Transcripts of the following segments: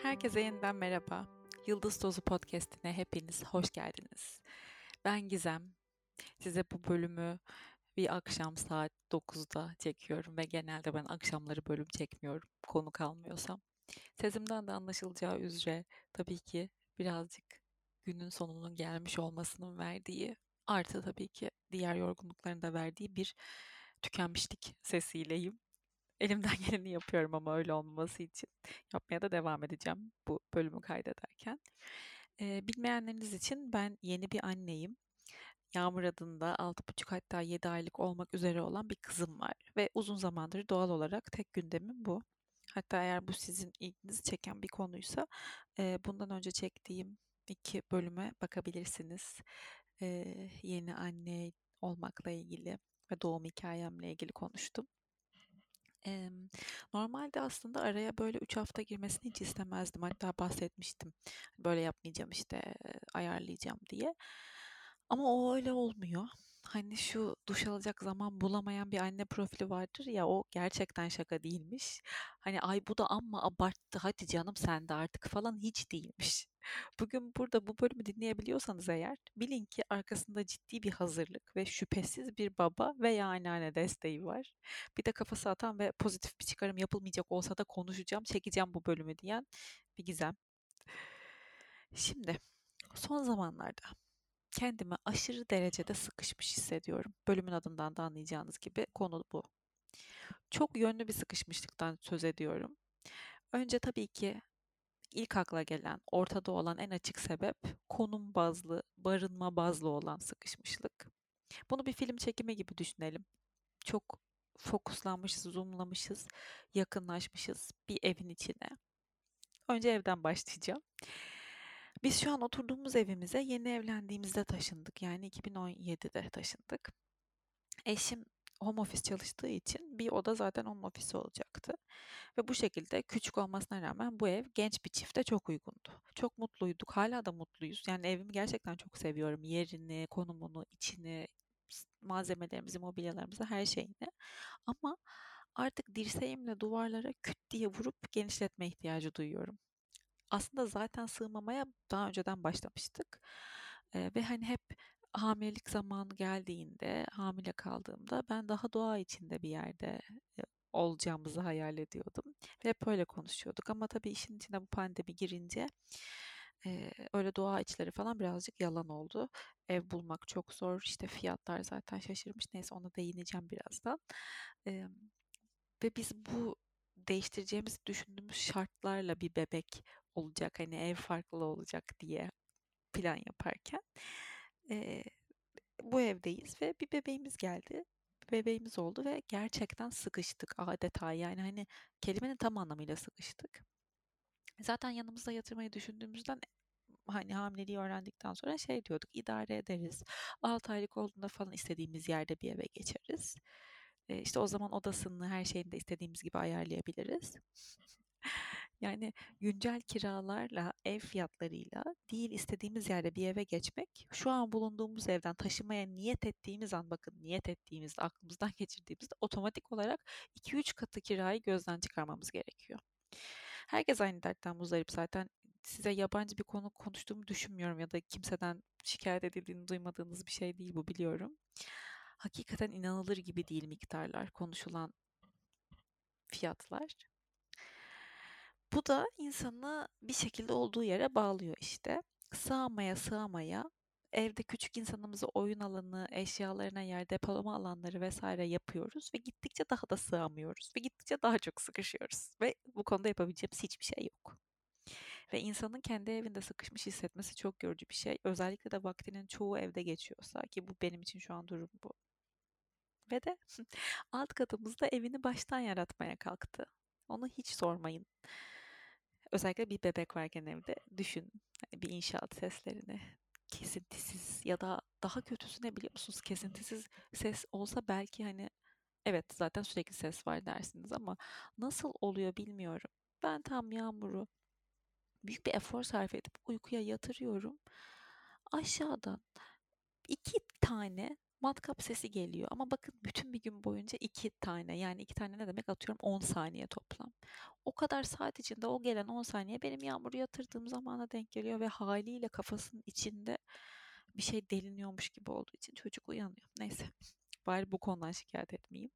Herkese yeniden merhaba. Yıldız Tozu Podcast'ine hepiniz hoş geldiniz. Ben Gizem. Size bu bölümü bir akşam saat 9'da çekiyorum ve genelde ben akşamları bölüm çekmiyorum konu kalmıyorsam. Sesimden de anlaşılacağı üzere tabii ki birazcık günün sonunun gelmiş olmasının verdiği artı tabii ki diğer yorgunlukların da verdiği bir tükenmişlik sesiyleyim. Elimden geleni yapıyorum ama öyle olmaması için. Yapmaya da devam edeceğim bu bölümü kaydederken. Bilmeyenleriniz için ben yeni bir anneyim. Yağmur adında 6,5 hatta 7 aylık olmak üzere olan bir kızım var. Ve uzun zamandır doğal olarak tek gündemim bu. Hatta eğer bu sizin ilginizi çeken bir konuysa bundan önce çektiğim 2 bölüme bakabilirsiniz. Yeni anne olmakla ilgili ve doğum hikayemle ilgili konuştum. Emm, Normalde aslında araya böyle 3 hafta girmesini hiç istemezdim. Hatta bahsetmiştim. Böyle yapmayacağım işte, ayarlayacağım diye. Ama o öyle olmuyor. Hani şu duş alacak zaman bulamayan bir anne profili vardır ya, o gerçekten şaka değilmiş. Hani ay bu da amma abarttı, hadi canım sen de artık falan hiç değilmiş. Bugün burada bu bölümü dinleyebiliyorsanız eğer bilin ki arkasında ciddi bir hazırlık ve şüphesiz bir baba veya anneanne desteği var. Bir de kafası atan ve pozitif bir çıkarım yapılmayacak olsa da konuşacağım, çekeceğim bu bölümü diyen bir Gizem. Şimdi son zamanlarda kendimi aşırı derecede sıkışmış hissediyorum. Bölümün adından da anlayacağınız gibi konu bu. Çok yönlü bir sıkışmışlıktan söz ediyorum. Önce tabii ki ilk akla gelen, ortada olan en açık sebep konum bazlı, barınma bazlı olan sıkışmışlık. Bunu bir film çekimi gibi düşünelim. Çok fokuslanmışız, zoomlamışız, yakınlaşmışız bir evin içine. Önce evden başlayacağım. Biz şu an oturduğumuz evimize yeni evlendiğimizde taşındık. Yani 2017'de taşındık. Eşim home office çalıştığı için bir oda zaten home office olacaktı. Ve bu şekilde küçük olmasına rağmen bu ev genç bir çifte çok uygundu. Çok mutluyduk, hala da mutluyuz. Yani evimi gerçekten çok seviyorum. Yerini, konumunu, içini, malzemelerimizi, mobilyalarımızı, her şeyini. Ama artık dirseğimle duvarlara küt diye vurup genişletme ihtiyacı duyuyorum. Aslında zaten sığmamaya daha önceden başlamıştık. Ve hani hep hamilelik zamanı geldiğinde, hamile kaldığımda ben daha doğa içinde bir yerde olacağımızı hayal ediyordum. Ve hep öyle konuşuyorduk. Ama tabii işin içine bu pandemi girince öyle doğa içleri falan birazcık yalan oldu. Ev bulmak çok zor. İşte fiyatlar zaten şaşırmış. Neyse ona değineceğim birazdan. Eee, Ve biz bu değiştireceğimizi düşündüğümüz şartlarla bir bebek olacak, hani ev farklı olacak diye plan yaparken eee, bu evdeyiz ve bir bebeğimiz geldi. Bir bebeğimiz oldu ve gerçekten sıkıştık adeta, yani hani kelimenin tam anlamıyla sıkıştık. Zaten yanımızda yatırmayı düşündüğümüzden hani hamileliği öğrendikten sonra şey diyorduk, idare ederiz. 6 aylık olduğunda falan istediğimiz yerde bir eve geçeriz. İşte o zaman odasını, her şeyini de istediğimiz gibi ayarlayabiliriz. Yani güncel kiralarla, ev fiyatlarıyla değil istediğimiz yerde bir eve geçmek, şu an bulunduğumuz evden taşımaya niyet ettiğimiz an, bakın niyet ettiğimizde, aklımızdan geçirdiğimizde otomatik olarak 2-3 katı kirayı gözden çıkarmamız gerekiyor. Herkes aynı dertten muzdarip zaten. Size yabancı bir konu konuştuğumu düşünmüyorum ya da kimseden şikayet edildiğini duymadığınız bir şey değil bu, biliyorum. Hakikaten inanılır gibi değil miktarlar, konuşulan fiyatlar. Bu da insanı bir şekilde olduğu yere bağlıyor işte. Sığamaya sığamaya evde küçük insanımızı oyun alanı, eşyalarına yer, depolama alanları vesaire yapıyoruz ve gittikçe daha da sığamıyoruz ve gittikçe daha çok sıkışıyoruz ve bu konuda yapabileceğimiz hiçbir şey yok. Ve insanın kendi evinde sıkışmış hissetmesi çok yorucu bir şey. Özellikle de vaktinin çoğu evde geçiyorsa, ki bu benim için şu an durum bu. Ve de alt katımızda evini baştan yaratmaya kalktı. Onu hiç sormayın. Özellikle bir bebek varken evde düşün, hani bir inşaat seslerini, kesintisiz ya da daha kötüsü ne biliyor musunuz? Kesintisiz ses olsa belki hani evet zaten sürekli ses var dersiniz ama nasıl oluyor bilmiyorum. Ben tam Yağmur'u büyük bir efor sarf edip uykuya yatırıyorum. Aşağıdan 2 tane matkap sesi geliyor. Ama bakın bütün bir gün boyunca 2 tane. Yani 2 tane ne demek, atıyorum 10 saniye toplam. O kadar saat içinde o gelen 10 saniye benim Yağmur'u yatırdığım zamana denk geliyor ve haliyle kafasının içinde bir şey deliniyormuş gibi olduğu için çocuk uyanıyor. Neyse, bari bu konudan şikayet etmeyeyim.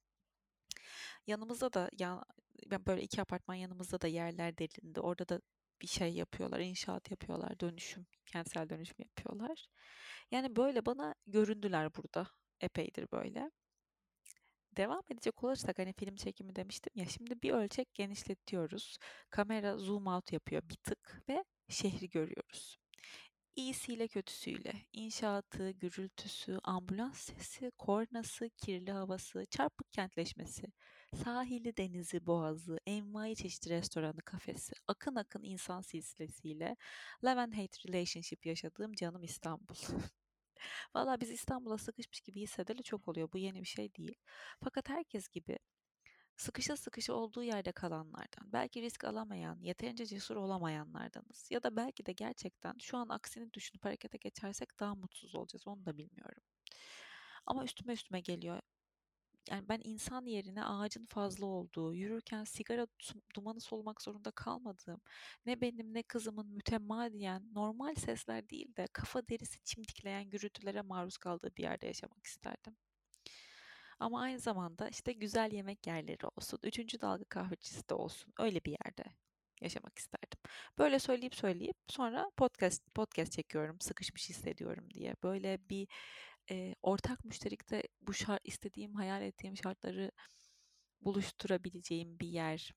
Yanımızda da ben böyle 2 apartman yanımızda da yerler delindi. Orada da bir şey yapıyorlar, inşaat yapıyorlar, dönüşüm, kentsel dönüşüm yapıyorlar. Yani böyle bana göründüler burada. Epeydir böyle. Devam edecek olursak, hani film çekimi demiştim ya, şimdi bir ölçek genişletiyoruz. Kamera zoom out yapıyor bir tık ve şehri görüyoruz. İyisiyle kötüsüyle, inşaatı, gürültüsü, ambulans sesi, kornası, kirli havası, çarpık kentleşmesi, sahili, denizi, boğazı, envai çeşitli restoranı, kafesi, akın akın insan silsilesiyle love and hate relationship yaşadığım canım İstanbul. Valla biz İstanbul'a sıkışmış gibi hissedeli çok oluyor. Bu yeni bir şey değil. Fakat herkes gibi sıkışa sıkışa olduğu yerde kalanlardan, belki risk alamayan, yeterince cesur olamayanlardanız. Ya da belki de gerçekten şu an aksini düşünüp harekete geçersek daha mutsuz olacağız, onu da bilmiyorum. Ama üstüme üstüme geliyor. Yani ben insan yerine ağacın fazla olduğu, yürürken sigara dumanı solumak zorunda kalmadığım, ne benim ne kızımın mütemadiyen normal sesler değil de kafa derisi çimdikleyen gürültülere maruz kaldığı bir yerde yaşamak isterdim. Ama aynı zamanda işte güzel yemek yerleri olsun, üçüncü dalga kahvecisi de olsun, öyle bir yerde yaşamak isterdim. Böyle söyleyip söyleyip sonra podcast çekiyorum, sıkışmış hissediyorum diye. Böyle bir ortak müşterikte bu istediğim, hayal ettiğim şartları buluşturabileceğim bir yer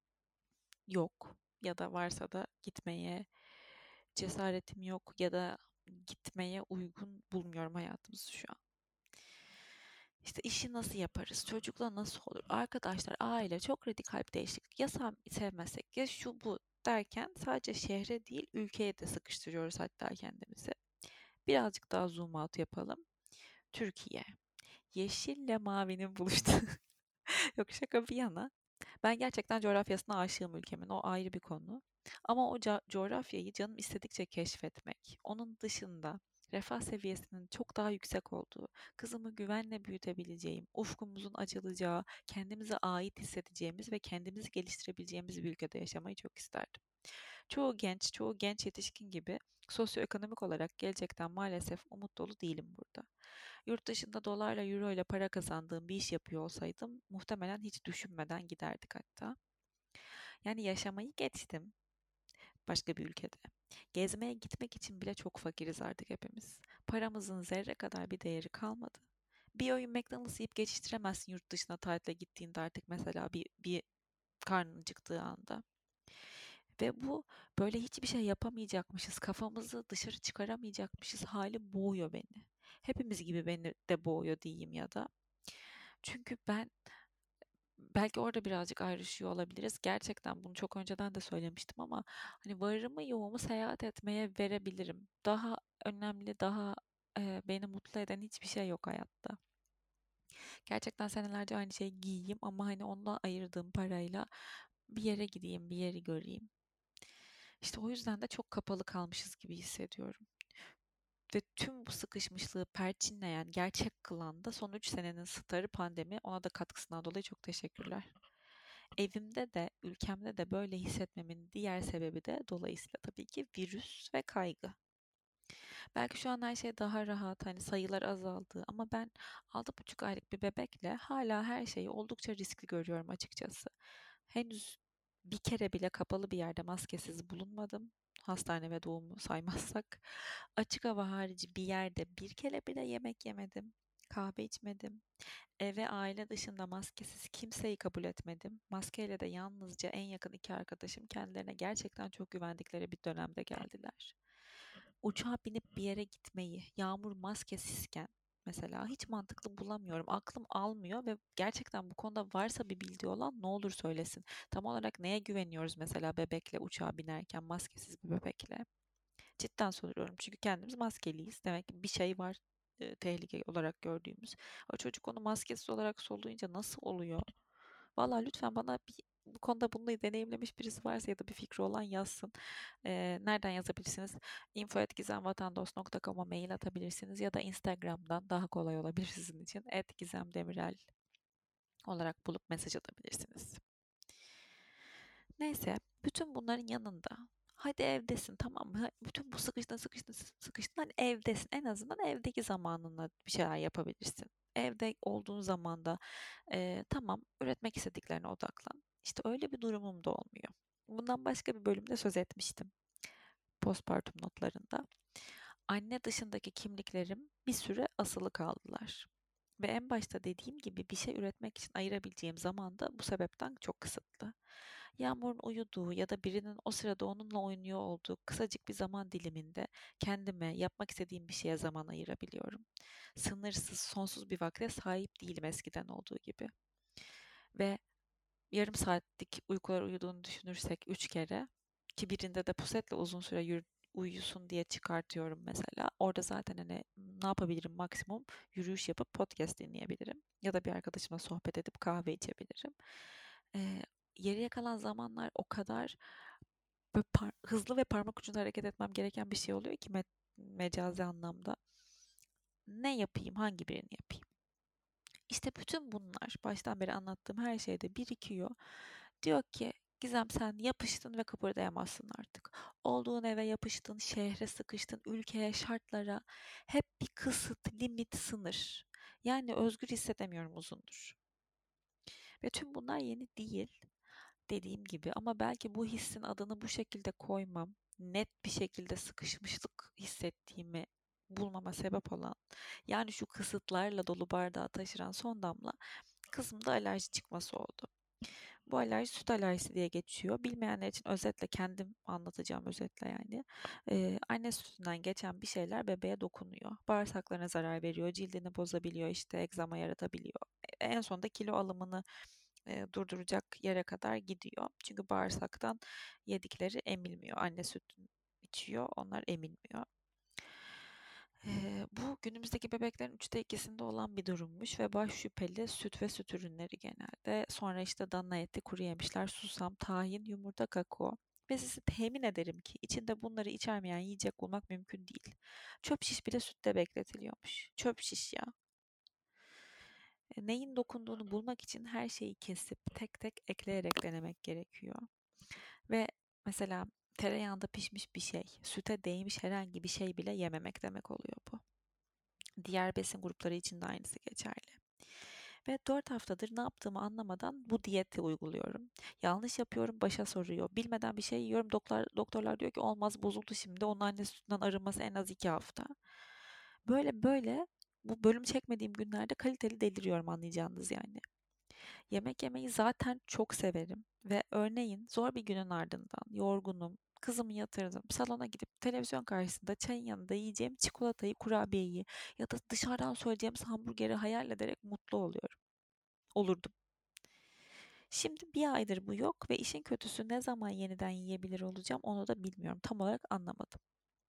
yok. Ya da varsa da gitmeye cesaretim yok ya da gitmeye uygun bulmuyorum hayatımızı şu an. İşte işi nasıl yaparız? Çocukla nasıl olur? Arkadaşlar, aile, çok radikal bir değişiklik. Ya sevmezsek ya şu bu derken sadece şehre değil ülkeye de sıkıştırıyoruz hatta kendimizi. Birazcık daha zoom out yapalım. Türkiye. Yeşille mavinin buluştuğu. Yok, şaka bir yana. Ben gerçekten coğrafyasına aşığım ülkemin. O ayrı bir konu. Ama o coğrafyayı canım istedikçe keşfetmek. Onun dışında refah seviyesinin çok daha yüksek olduğu, kızımı güvenle büyütebileceğim, ufkumuzun açılacağı, kendimize ait hissedeceğimiz ve kendimizi geliştirebileceğimiz bir ülkede yaşamayı çok isterdim. Çoğu genç yetişkin gibi sosyoekonomik olarak gelecekten maalesef umut dolu değilim burada. Yurt dışında dolarla, euro ile para kazandığım bir iş yapıyor olsaydım muhtemelen hiç düşünmeden giderdik hatta. Yani yaşamayı geçtim başka bir ülkede. Gezmeye gitmek için bile çok fakiriz artık hepimiz. Paramızın zerre kadar bir değeri kalmadı. Bir öğün McDonald's yiyip geçiştiremezsin yurt dışına tatile gittiğinde artık, mesela bir karnın çıktığı anda. Ve bu böyle hiçbir şey yapamayacakmışız, kafamızı dışarı çıkaramayacakmışız hali boğuyor beni. Hepimiz gibi beni de boğuyor diyeyim ya da. Çünkü ben belki orada birazcık ayrışıyor olabiliriz. Gerçekten bunu çok önceden de söylemiştim ama hani varımı yoğumu seyahat etmeye verebilirim. Daha önemli, daha beni mutlu eden hiçbir şey yok hayatta. Gerçekten senelerce aynı şeyi giyeyim ama hani ondan ayırdığım parayla bir yere gideyim, bir yeri göreyim. İşte o yüzden de çok kapalı kalmışız gibi hissediyorum. Ve tüm bu sıkışmışlığı perçinleyen, gerçek kılan da son 3 senenin starı pandemi. Ona da katkısından dolayı çok teşekkürler. Evimde de, ülkemde de böyle hissetmemin diğer sebebi de dolayısıyla tabii ki virüs ve kaygı. Belki şu an her şey daha rahat, hani sayılar azaldı ama ben 6,5 aylık bir bebekle hala her şeyi oldukça riskli görüyorum açıkçası. Henüz bir kere bile kapalı bir yerde maskesiz bulunmadım. Hastane ve doğumu saymazsak. Açık hava harici bir yerde bir kere bile yemek yemedim. Kahve içmedim. Eve aile dışında maskesiz kimseyi kabul etmedim. Maskeyle de yalnızca en yakın 2 arkadaşım kendilerine gerçekten çok güvendikleri bir dönemde geldiler. Uçağa binip bir yere gitmeyi, yağmur maskesizken mesela hiç mantıklı bulamıyorum. Aklım almıyor ve gerçekten bu konuda varsa bir bildiği olan ne olur söylesin. Tam olarak neye güveniyoruz mesela bebekle uçağa binerken, maskesiz bir bebekle? Cidden soruyorum çünkü kendimiz maskeliyiz. Demek ki bir şey var tehlike olarak gördüğümüz. O çocuk onu maskesiz olarak soluyunca nasıl oluyor? Vallahi lütfen bana bu konuda bunu deneyimlemiş birisi varsa ya da bir fikri olan yazsın. Nereden yazabilirsiniz? info@gizemvatandos.com'a mail atabilirsiniz ya da Instagram'dan daha kolay olabilir sizin için. @gizemdemirel olarak bulup mesaj atabilirsiniz. Neyse, bütün bunların yanında hadi evdesin, tamam mı? Bütün bu sıkıştın, hadi evdesin. En azından evdeki zamanınla bir şeyler yapabilirsin. Evde olduğun zaman da tamam, üretmek istediklerine odaklan. İşte öyle bir durumum da olmuyor. Bundan başka bir bölümde söz etmiştim postpartum notlarında. Anne dışındaki kimliklerim bir süre asılı kaldılar. Ve en başta dediğim gibi bir şey üretmek için ayırabileceğim zaman da bu sebepten çok kısıtlı. Yağmur'un uyuduğu ya da birinin o sırada onunla oynuyor olduğu kısacık bir zaman diliminde kendime yapmak istediğim bir şeye zaman ayırabiliyorum. Sınırsız, sonsuz bir vakte sahip değilim eskiden olduğu gibi. Ve yarım saatlik uykular uyuduğunu düşünürsek 3 kere ki birinde de pusetle uzun süre uyusun diye çıkartıyorum mesela. Orada zaten hani ne yapabilirim maksimum yürüyüş yapıp podcast dinleyebilirim. Ya da bir arkadaşımla sohbet edip kahve içebilirim. Ee, Geriye kalan zamanlar o kadar böyle hızlı ve parmak ucunda hareket etmem gereken bir şey oluyor ki mecazi anlamda. Ne yapayım, hangi birini yapayım? İşte bütün bunlar baştan beri anlattığım her şeyde birikiyor. Diyor ki Gizem sen yapıştın ve kıpırdayamazsın artık. Olduğun eve yapıştın, şehre sıkıştın, ülkeye, şartlara. Hep bir kısıt, limit, sınır. Yani özgür hissedemiyorum uzundur. Ve tüm bunlar yeni değil dediğim gibi ama belki bu hissin adını bu şekilde koymam, net bir şekilde sıkışmışlık hissettiğimi bulmama sebep olan, yani şu kısıtlarla dolu bardağı taşıran son damla kızımda alerji çıkması oldu. Bu alerji süt alerjisi diye geçiyor. Bilmeyenler için özetle kendim anlatacağım özetle yani. Anne sütünden geçen bir şeyler bebeğe dokunuyor. Bağırsaklarına zarar veriyor, cildini bozabiliyor, işte egzama yaratabiliyor. En sonunda kilo alımını durduracak yere kadar gidiyor. Çünkü bağırsaktan yedikleri emilmiyor. Anne sütünü içiyor, onlar emilmiyor. Bu günümüzdeki bebeklerin 3'te 2'sinde olan bir durummuş ve baş şüpheli süt ve süt ürünleri genelde. Sonra işte dana eti, kuru yemişler, susam, tahin, yumurta, kakao. Ve sizi temin ederim ki içinde bunları içermeyen yiyecek bulmak mümkün değil. Çöp şiş bile sütte bekletiliyormuş. Çöp şiş ya. Neyin dokunduğunu bulmak için her şeyi kesip tek tek ekleyerek denemek gerekiyor. Ve mesela tereyağında pişmiş bir şey, süte değmiş herhangi bir şey bile yememek demek oluyor bu. Diğer besin grupları için de aynısı geçerli. Ve 4 haftadır ne yaptığımı anlamadan bu diyeti uyguluyorum. Yanlış yapıyorum, başa soruyor. Bilmeden bir şey yiyorum, doktorlar diyor ki olmaz, bozuldu şimdi. Onun anne sütünden arınması en az 2 hafta. Böyle böyle bu bölüm çekmediğim günlerde kaliteli deliriyorum anlayacağınız yani. Yemek yemeyi zaten çok severim ve örneğin zor bir günün ardından yorgunum, kızımı yatırdım, salona gidip televizyon karşısında çayın yanında yiyeceğim çikolatayı, kurabiyeyi ya da dışarıdan söyleyeceğim hamburgeri hayal ederek mutlu olurdum. Şimdi bir aydır bu yok ve işin kötüsü ne zaman yeniden yiyebilir olacağım onu da bilmiyorum. Tam olarak anlamadım.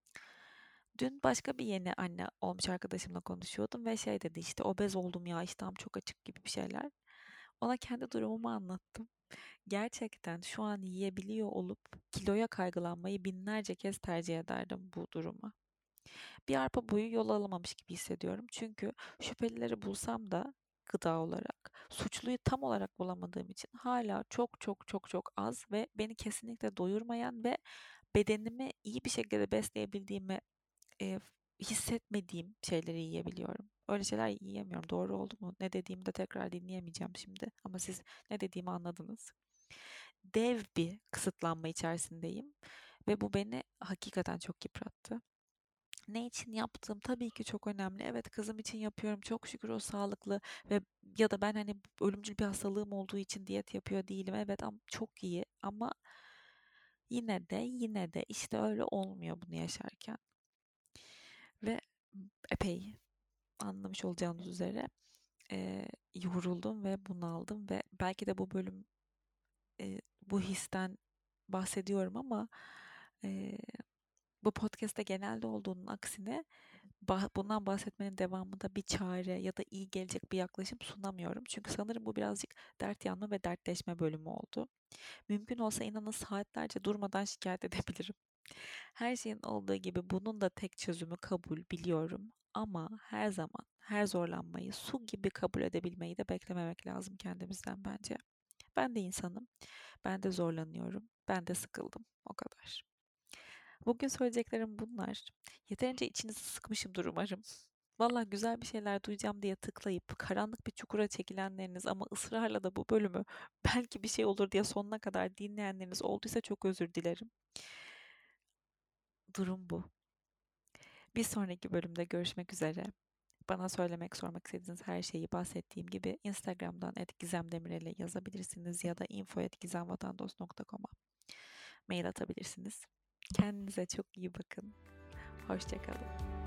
Dün başka bir yeni anne olmuş arkadaşımla konuşuyordum ve şey dedi işte obez oldum ya iştahım çok açık gibi bir şeyler. Ona kendi durumumu anlattım. Gerçekten şu an yiyebiliyor olup kiloya kaygılanmayı binlerce kez tercih ederdim bu duruma. Bir arpa boyu yol alamamış gibi hissediyorum. Çünkü şüphelileri bulsam da gıda olarak suçluyu tam olarak bulamadığım için hala çok çok çok çok az ve beni kesinlikle doyurmayan ve bedenimi iyi bir şekilde besleyebildiğimi e, hissetmediğim şeyleri yiyebiliyorum. Öyle şeyler yiyemiyorum. Doğru oldu mu? Ne dediğimi de tekrar dinleyemeyeceğim şimdi. Ama siz ne dediğimi anladınız. Dev bir kısıtlanma içerisindeyim ve bu beni hakikaten çok yıprattı. Ne için yaptığım tabii ki çok önemli. Evet kızım için yapıyorum. Çok şükür o sağlıklı ve ya da ben hani ölümcül bir hastalığım olduğu için diyet yapıyor değilim. Evet ama çok iyi ama yine de işte öyle olmuyor bunu yaşarken. Ve epey anlamış olacağınız üzere yoruldum ve bunaldım ve belki de bu bölüm bu histen bahsediyorum ama eee, bu podcast'te genelde olduğunun aksine bundan bahsetmenin devamında bir çare ya da iyi gelecek bir yaklaşım sunamıyorum. Çünkü sanırım bu birazcık dert yanma ve dertleşme bölümü oldu. Mümkün olsa inanın saatlerce durmadan şikayet edebilirim. Her şeyin olduğu gibi bunun da tek çözümü kabul biliyorum. Ama her zaman her zorlanmayı su gibi kabul edebilmeyi de beklememek lazım kendimizden bence. Ben de insanım. Ben de zorlanıyorum. Ben de sıkıldım. O kadar. Bugün söyleyeceklerim bunlar. Yeterince içinizi sıkmışımdır umarım. Valla güzel bir şeyler duyacağım diye tıklayıp karanlık bir çukura çekilenleriniz ama ısrarla da bu bölümü belki bir şey olur diye sonuna kadar dinleyenleriniz olduysa çok özür dilerim. Durum bu. Bir sonraki bölümde görüşmek üzere. Bana söylemek, sormak istediğiniz her şeyi bahsettiğim gibi Instagram'dan @gizemdemirel'e yazabilirsiniz ya da info@gizemvatandos.com'a mail atabilirsiniz. Kendinize çok iyi bakın. Hoşça kalın.